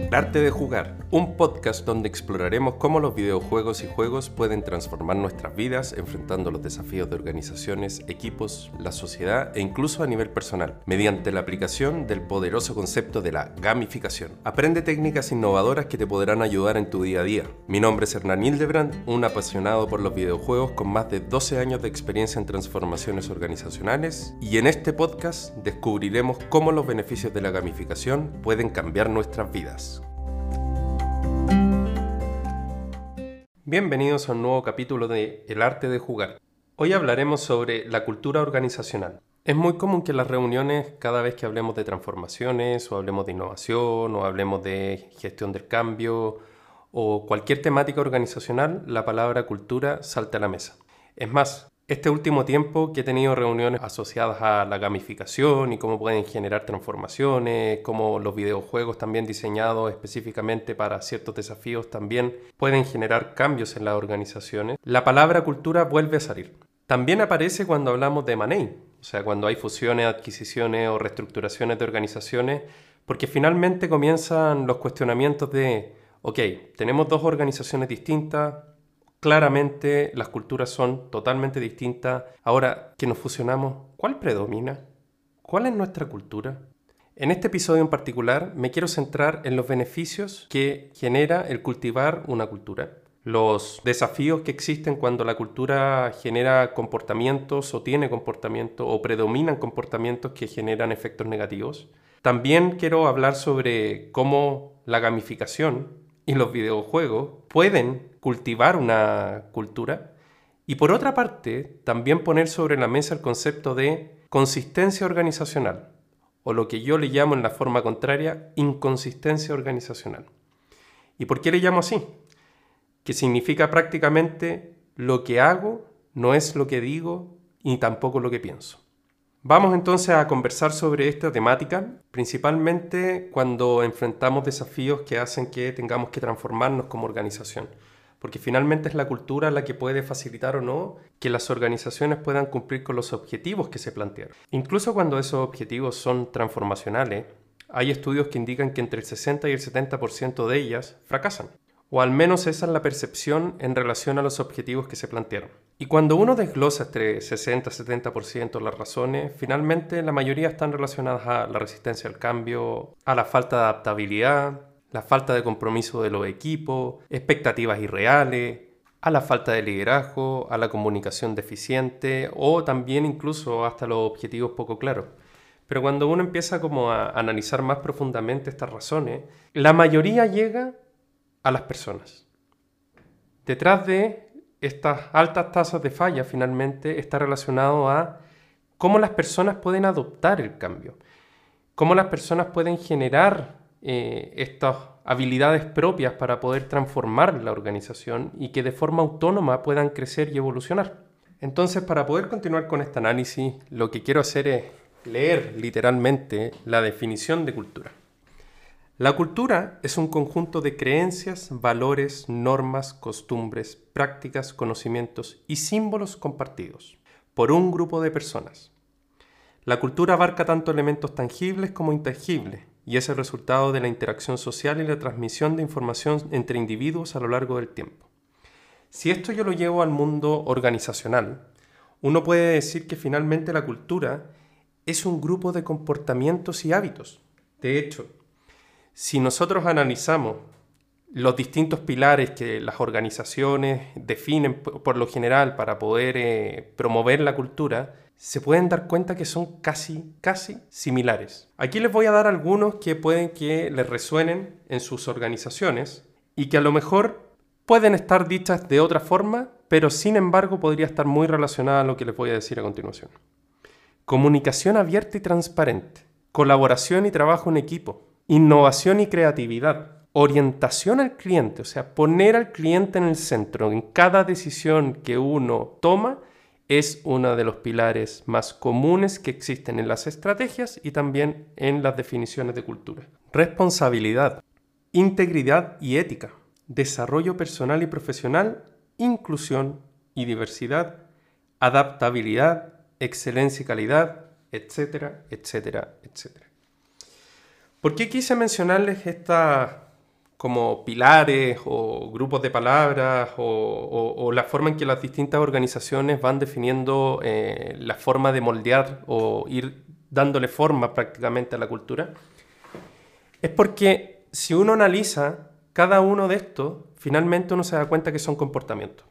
El arte de jugar, un podcast donde exploraremos cómo los videojuegos y juegos pueden transformar nuestras vidas enfrentando los desafíos de organizaciones, equipos, la sociedad e incluso a nivel personal, mediante la aplicación del poderoso concepto de la gamificación. Aprende técnicas innovadoras que te podrán ayudar en tu día a día. Mi nombre es Hernán Hildebrand, un apasionado por los videojuegos con más de 12 años de experiencia en transformaciones organizacionales, y en este podcast descubriremos cómo los beneficios de la gamificación pueden cambiar nuestras vidas. Bienvenidos a un nuevo capítulo de El arte de jugar. Hoy hablaremos sobre la cultura organizacional. Es muy común que en las reuniones, cada vez que hablemos de transformaciones, o hablemos de innovación, o hablemos de gestión del cambio, o cualquier temática organizacional, la palabra cultura salte a la mesa. Es más, este último tiempo que he tenido reuniones asociadas a la gamificación y cómo pueden generar transformaciones, cómo los videojuegos también diseñados específicamente para ciertos desafíos también pueden generar cambios en las organizaciones, la palabra cultura vuelve a salir. También aparece cuando hablamos de M&A, o sea, cuando hay fusiones, adquisiciones o reestructuraciones de organizaciones, porque finalmente comienzan los cuestionamientos de, ok, tenemos dos organizaciones distintas. Claramente las culturas son totalmente distintas. Ahora que nos fusionamos, ¿cuál predomina? ¿Cuál es nuestra cultura? En este episodio en particular me quiero centrar en los beneficios que genera el cultivar una cultura, los desafíos que existen cuando la cultura genera comportamientos o tiene comportamientos o predominan comportamientos que generan efectos negativos. También quiero hablar sobre cómo la gamificación y los videojuegos pueden cultivar una cultura. Y por otra parte, también poner sobre la mesa el concepto de consistencia organizacional, o lo que yo le llamo en la forma contraria, inconsistencia organizacional. ¿Y por qué le llamo así? Que significa prácticamente lo que hago no es lo que digo y tampoco lo que pienso. Vamos entonces a conversar sobre esta temática, principalmente cuando enfrentamos desafíos que hacen que tengamos que transformarnos como organización, porque finalmente es la cultura la que puede facilitar o no que las organizaciones puedan cumplir con los objetivos que se plantearon. Incluso cuando esos objetivos son transformacionales, hay estudios que indican que entre el 60 y el 70% de ellas fracasan. O al menos esa es la percepción en relación a los objetivos que se plantearon. Y cuando uno desglosa entre 60 y 70% las razones, finalmente la mayoría están relacionadas a la resistencia al cambio, a la falta de adaptabilidad, la falta de compromiso de los equipos, expectativas irreales, a la falta de liderazgo, a la comunicación deficiente o también incluso hasta los objetivos poco claros. Pero cuando uno empieza como a analizar más profundamente estas razones, la mayoría llega a las personas. Detrás de estas altas tasas de falla finalmente está relacionado a cómo las personas pueden adoptar el cambio, cómo las personas pueden generar estas habilidades propias para poder transformar la organización y que de forma autónoma puedan crecer y evolucionar. Entonces, para poder continuar con este análisis, lo que quiero hacer es leer literalmente la definición de cultura. La cultura es un conjunto de creencias, valores, normas, costumbres, prácticas, conocimientos y símbolos compartidos por un grupo de personas. La cultura abarca tanto elementos tangibles como intangibles y es el resultado de la interacción social y la transmisión de información entre individuos a lo largo del tiempo. Si esto yo lo llevo al mundo organizacional, uno puede decir que finalmente la cultura es un grupo de comportamientos y hábitos. De hecho, si nosotros analizamos los distintos pilares que las organizaciones definen por lo general para poder promover la cultura, se pueden dar cuenta que son casi similares. Aquí les voy a dar algunos que pueden que les resuenen en sus organizaciones y que a lo mejor pueden estar dichas de otra forma, pero sin embargo podría estar muy relacionada a lo que les voy a decir a continuación. Comunicación abierta y transparente, colaboración y trabajo en equipo, innovación y creatividad, orientación al cliente, o sea, poner al cliente en el centro en cada decisión que uno toma es uno de los pilares más comunes que existen en las estrategias y también en las definiciones de cultura. Responsabilidad, integridad y ética, desarrollo personal y profesional, inclusión y diversidad, adaptabilidad, excelencia y calidad, etcétera, etcétera, etcétera. ¿Por qué quise mencionarles estas como pilares o grupos de palabras o la forma en que las distintas organizaciones van definiendo la forma de moldear o ir dándole forma prácticamente a la cultura, es porque si uno analiza cada uno de estos, finalmente uno se da cuenta que son comportamientos.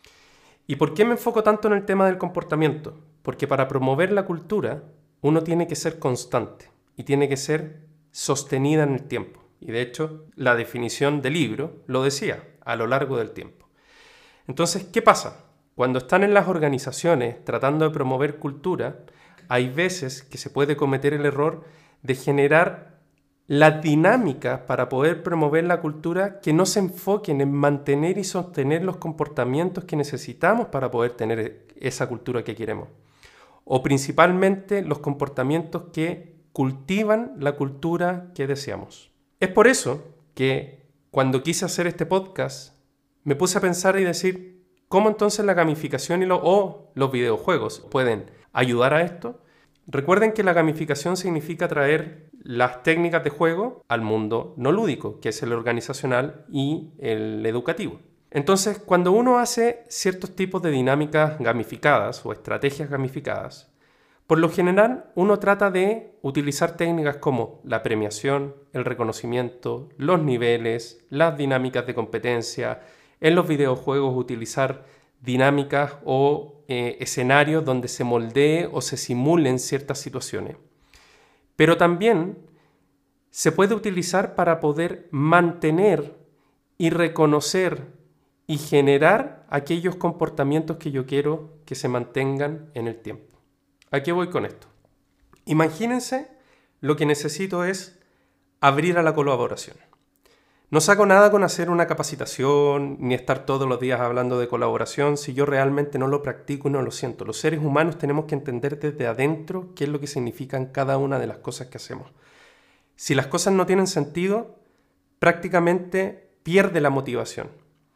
¿Y por qué me enfoco tanto en el tema del comportamiento? Porque para promover la cultura uno tiene que ser constante y tiene que ser sostenida en el tiempo. Y de hecho, la definición del libro lo decía, a lo largo del tiempo. Entonces, ¿qué pasa? Cuando están en las organizaciones tratando de promover cultura, hay veces que se puede cometer el error de generar las dinámicas para poder promover la cultura que no se enfoquen en mantener y sostener los comportamientos que necesitamos para poder tener esa cultura que queremos. O principalmente los comportamientos que cultivan la cultura que deseamos. Es por eso que cuando quise hacer este podcast me puse a pensar y decir cómo entonces la gamificación o los videojuegos pueden ayudar a esto. Recuerden que la gamificación significa traer las técnicas de juego al mundo no lúdico, que es el organizacional y el educativo. Entonces, cuando uno hace ciertos tipos de dinámicas gamificadas o estrategias gamificadas, por lo general, uno trata de utilizar técnicas como la premiación, el reconocimiento, los niveles, las dinámicas de competencia. En los videojuegos utilizar dinámicas o escenarios donde se moldee o se simulen ciertas situaciones. Pero también se puede utilizar para poder mantener y reconocer y generar aquellos comportamientos que yo quiero que se mantengan en el tiempo. ¿A qué voy con esto? Imagínense, lo que necesito es abrir a la colaboración. No saco nada con hacer una capacitación ni estar todos los días hablando de colaboración si yo realmente no lo practico y no lo siento. Los seres humanos tenemos que entender desde adentro qué es lo que significan cada una de las cosas que hacemos. Si las cosas no tienen sentido, prácticamente pierde la motivación.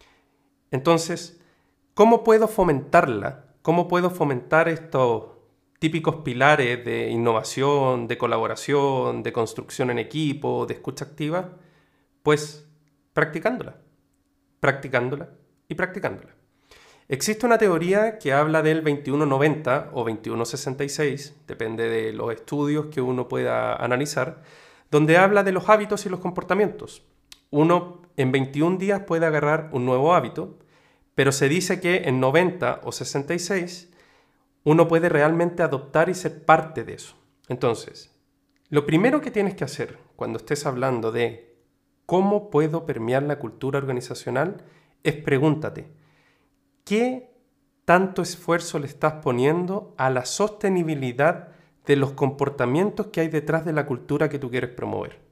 Entonces, ¿cómo puedo fomentarla? ¿Cómo puedo fomentar estos típicos pilares de innovación, de colaboración, de construcción en equipo, de escucha activa? Pues practicándola y practicándola. Existe una teoría que habla del 21-90 o 21-66, depende de los estudios que uno pueda analizar, donde habla de los hábitos y los comportamientos. Uno en 21 días puede agarrar un nuevo hábito, pero se dice que en 90 o 66 uno puede realmente adoptar y ser parte de eso. Entonces, lo primero que tienes que hacer cuando estés hablando de cómo puedo permear la cultura organizacional es pregúntate, ¿qué tanto esfuerzo le estás poniendo a la sostenibilidad de los comportamientos que hay detrás de la cultura que tú quieres promover?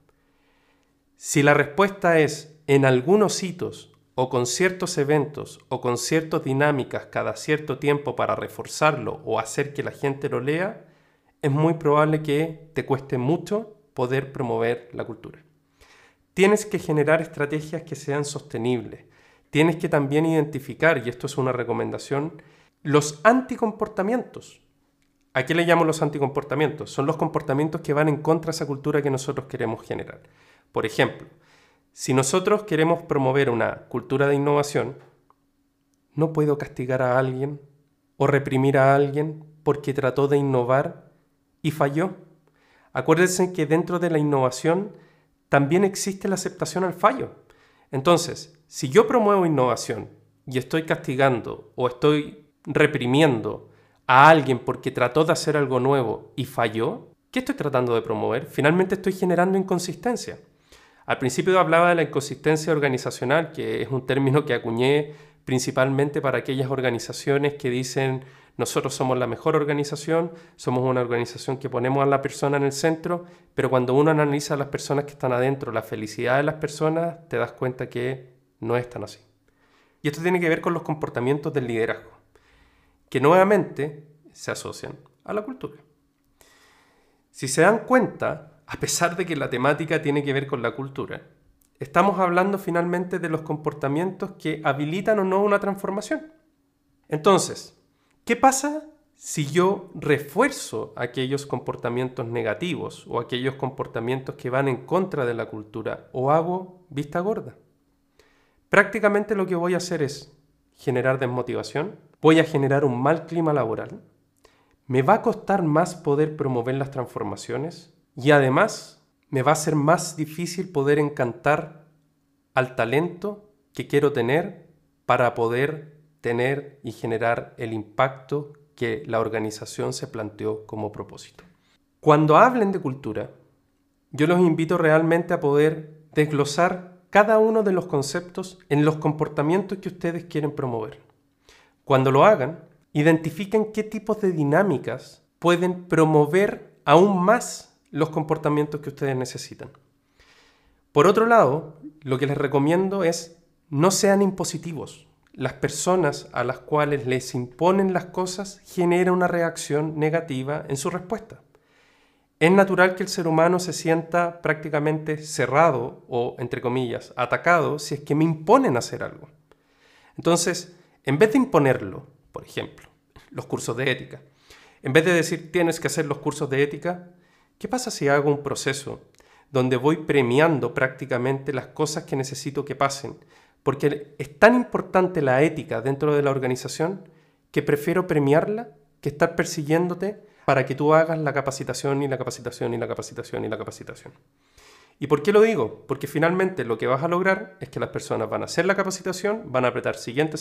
Si la respuesta es en algunos hitos o con ciertos eventos o con ciertas dinámicas cada cierto tiempo para reforzarlo o hacer que la gente lo lea, es muy probable que te cueste mucho poder promover la cultura. Tienes que generar estrategias que sean sostenibles. Tienes que también identificar, y esto es una recomendación, los anticomportamientos. ¿A qué le llamo los anticomportamientos? Son los comportamientos que van en contra de esa cultura que nosotros queremos generar. Por ejemplo, si nosotros queremos promover una cultura de innovación, no puedo castigar a alguien o reprimir a alguien porque trató de innovar y falló. Acuérdense que dentro de la innovación también existe la aceptación al fallo. Entonces, si yo promuevo innovación y estoy castigando o estoy reprimiendo a alguien porque trató de hacer algo nuevo y falló, ¿qué estoy tratando de promover? Finalmente estoy generando inconsistencia. Al principio hablaba de la inconsistencia organizacional, que es un término que acuñé principalmente para aquellas organizaciones que dicen nosotros somos la mejor organización, somos una organización que ponemos a la persona en el centro, pero cuando uno analiza a las personas que están adentro, la felicidad de las personas, te das cuenta que no es tan así. Y esto tiene que ver con los comportamientos del liderazgo, que nuevamente se asocian a la cultura. Si se dan cuenta, a pesar de que la temática tiene que ver con la cultura, estamos hablando finalmente de los comportamientos que habilitan o no una transformación. Entonces, ¿qué pasa si yo refuerzo aquellos comportamientos negativos o aquellos comportamientos que van en contra de la cultura o hago vista gorda? prácticamente lo que voy a hacer es generar desmotivación, voy a generar un mal clima laboral, me va a costar más poder promover las transformaciones y además me va a ser más difícil poder encantar al talento que quiero tener para poder tener y generar el impacto que la organización se planteó como propósito. Cuando hablen de cultura, yo los invito realmente a poder desglosar cada uno de los conceptos en los comportamientos que ustedes quieren promover. Cuando lo hagan, identifiquen qué tipos de dinámicas pueden promover aún más los comportamientos que ustedes necesitan. Por otro lado, lo que les recomiendo es no sean impositivos. Las personas a las cuales les imponen las cosas generan una reacción negativa en su respuesta. Es natural que el ser humano se sienta prácticamente cerrado o, entre comillas, atacado si es que me imponen hacer algo. Entonces, en vez de imponerlo, por ejemplo, los cursos de ética, en vez de decir tienes que hacer los cursos de ética, ¿qué pasa si hago un proceso donde voy premiando prácticamente las cosas que necesito que pasen? Porque es tan importante la ética dentro de la organización que prefiero premiarla que estar persiguiéndote para que tú hagas la capacitación y la capacitación y la capacitación y la capacitación. ¿Y por qué lo digo? Porque finalmente lo que vas a lograr es que las personas van a hacer la capacitación, van a apretar siguiente,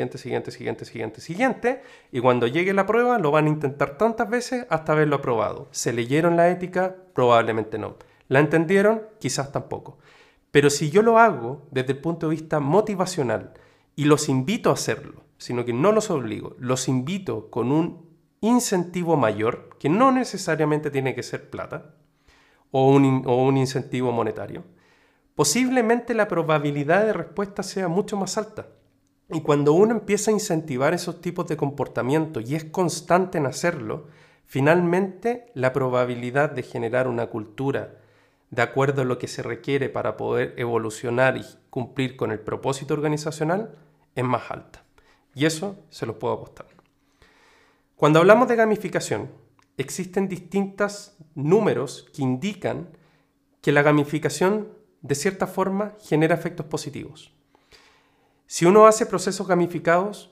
y cuando llegue la prueba lo van a intentar tantas veces hasta haberlo aprobado. ¿Se leyeron la ética? Probablemente no. ¿La entendieron? Quizás tampoco. Pero si yo lo hago desde el punto de vista motivacional y los invito a hacerlo, sino que no los obligo, los invito con un incentivo mayor, que no necesariamente tiene que ser plata, o un incentivo monetario, posiblemente la probabilidad de respuesta sea mucho más alta. Y cuando uno empieza a incentivar esos tipos de comportamiento y es constante en hacerlo, finalmente la probabilidad de generar una cultura de acuerdo a lo que se requiere para poder evolucionar y cumplir con el propósito organizacional es más alta. Y eso se los puedo apostar. Cuando hablamos de gamificación, existen distintos números que indican que la gamificación de cierta forma genera efectos positivos. Si uno hace procesos gamificados,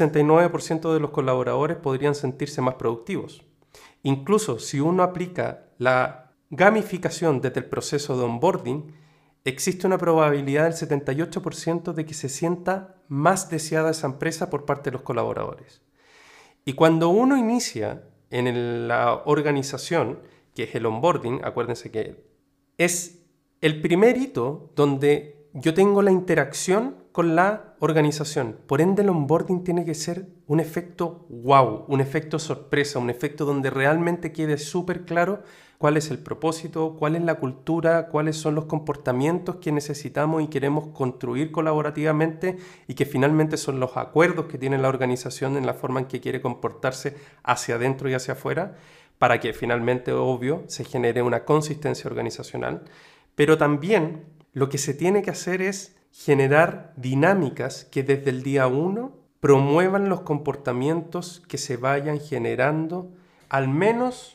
89% de los colaboradores podrían sentirse más productivos. Incluso si uno aplica la gamificación desde el proceso de onboarding, existe una probabilidad del 78% de que se sienta más deseada esa empresa por parte de los colaboradores. Y cuando uno inicia en la organización, que es el onboarding, acuérdense que es el primer hito donde yo tengo la interacción con la organización. Por ende, el onboarding tiene que ser un efecto wow, un efecto sorpresa, un efecto donde realmente quede súper claro cuál es el propósito, cuál es la cultura, cuáles son los comportamientos que necesitamos y queremos construir colaborativamente y que finalmente son los acuerdos que tiene la organización en la forma en que quiere comportarse hacia adentro y hacia afuera, para que finalmente, obvio, se genere una consistencia organizacional. Pero también lo que se tiene que hacer es generar dinámicas que desde el día 1 promuevan los comportamientos que se vayan generando al menos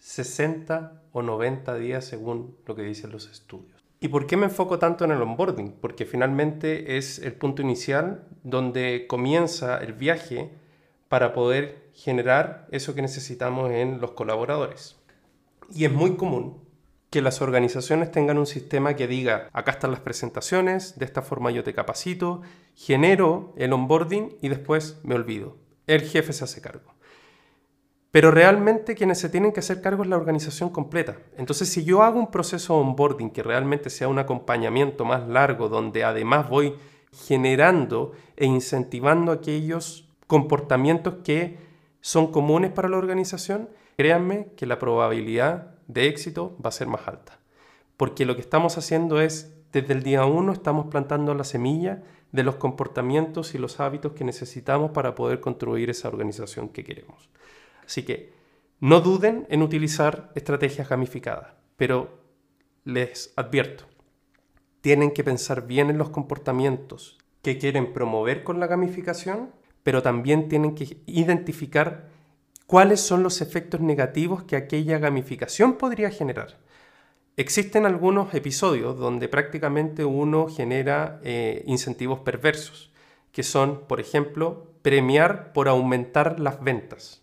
60 o 90 días según lo que dicen los estudios. ¿Y por qué me enfoco tanto en el onboarding? Porque finalmente es el punto inicial donde comienza el viaje para poder generar eso que necesitamos en los colaboradores. Y es muy común que las organizaciones tengan un sistema que diga, acá están las presentaciones, de esta forma yo te capacito, genero el onboarding y después me olvido. El jefe se hace cargo. Pero realmente quienes se tienen que hacer cargo es la organización completa. Entonces, si yo hago un proceso de onboarding que realmente sea un acompañamiento más largo, donde además voy generando e incentivando aquellos comportamientos que son comunes para la organización, créanme que la probabilidad de éxito va a ser más alta. Porque lo que estamos haciendo es, desde el día 1, estamos plantando la semilla de los comportamientos y los hábitos que necesitamos para poder construir esa organización que queremos. Así que no duden en utilizar estrategias gamificadas, pero les advierto, tienen que pensar bien en los comportamientos que quieren promover con la gamificación, pero también tienen que identificar cuáles son los efectos negativos que aquella gamificación podría generar. Existen algunos episodios donde prácticamente uno genera incentivos perversos, que son, por ejemplo, premiar por aumentar las ventas.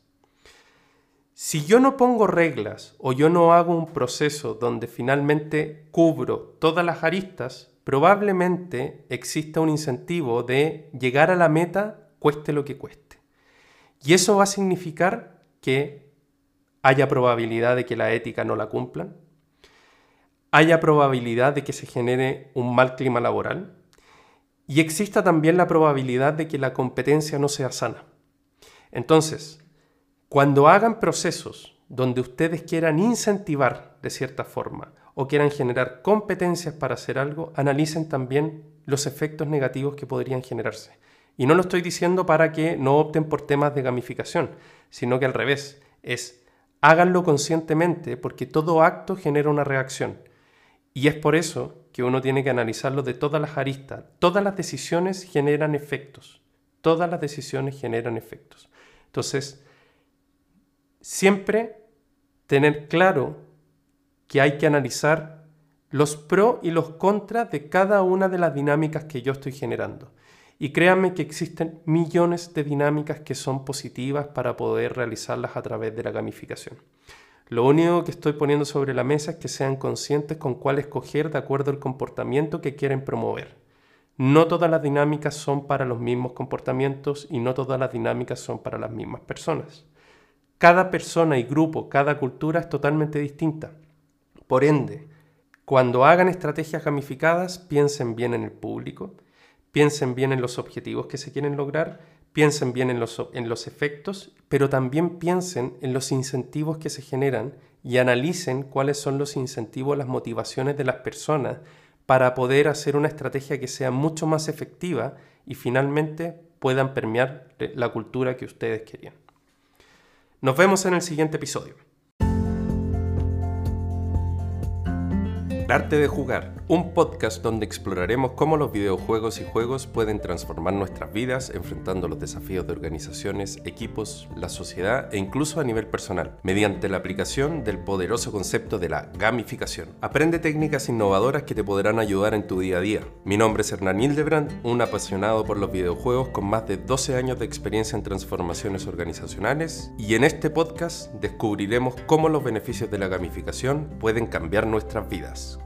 Si yo no pongo reglas o yo no hago un proceso donde finalmente cubro todas las aristas, probablemente exista un incentivo de llegar a la meta cueste lo que cueste. Y eso va a significar que haya probabilidad de que la ética no la cumplan, haya probabilidad de que se genere un mal clima laboral y exista también la probabilidad de que la competencia no sea sana. Entonces, cuando hagan procesos donde ustedes quieran incentivar de cierta forma o quieran generar competencias para hacer algo, analicen también los efectos negativos que podrían generarse. Y no lo estoy diciendo para que no opten por temas de gamificación, sino que al revés, háganlo conscientemente porque todo acto genera una reacción. Y es por eso que uno tiene que analizarlo de todas las aristas. Todas las decisiones generan efectos. Todas las decisiones generan efectos. Entonces, siempre tener claro que hay que analizar los pros y los contras de cada una de las dinámicas que yo estoy generando. Y créanme que existen millones de dinámicas que son positivas para poder realizarlas a través de la gamificación. Lo único que estoy poniendo sobre la mesa es que sean conscientes con cuál escoger de acuerdo al comportamiento que quieren promover. No todas las dinámicas son para los mismos comportamientos y no todas las dinámicas son para las mismas personas. Cada persona y grupo, cada cultura es totalmente distinta. Por ende, cuando hagan estrategias gamificadas, piensen bien en el público, piensen bien en los objetivos que se quieren lograr, piensen bien en los efectos, pero también piensen en los incentivos que se generan y analicen cuáles son los incentivos, las motivaciones de las personas para poder hacer una estrategia que sea mucho más efectiva y finalmente puedan permear la cultura que ustedes querían. Nos vemos en el siguiente episodio. El arte de jugar, un podcast donde exploraremos cómo los videojuegos y juegos pueden transformar nuestras vidas enfrentando los desafíos de organizaciones, equipos, la sociedad e incluso a nivel personal, mediante la aplicación del poderoso concepto de la gamificación. Aprende técnicas innovadoras que te podrán ayudar en tu día a día. Mi nombre es Hernán Hildebrand, un apasionado por los videojuegos con más de 12 años de experiencia en transformaciones organizacionales, y en este podcast descubriremos cómo los beneficios de la gamificación pueden cambiar nuestras vidas.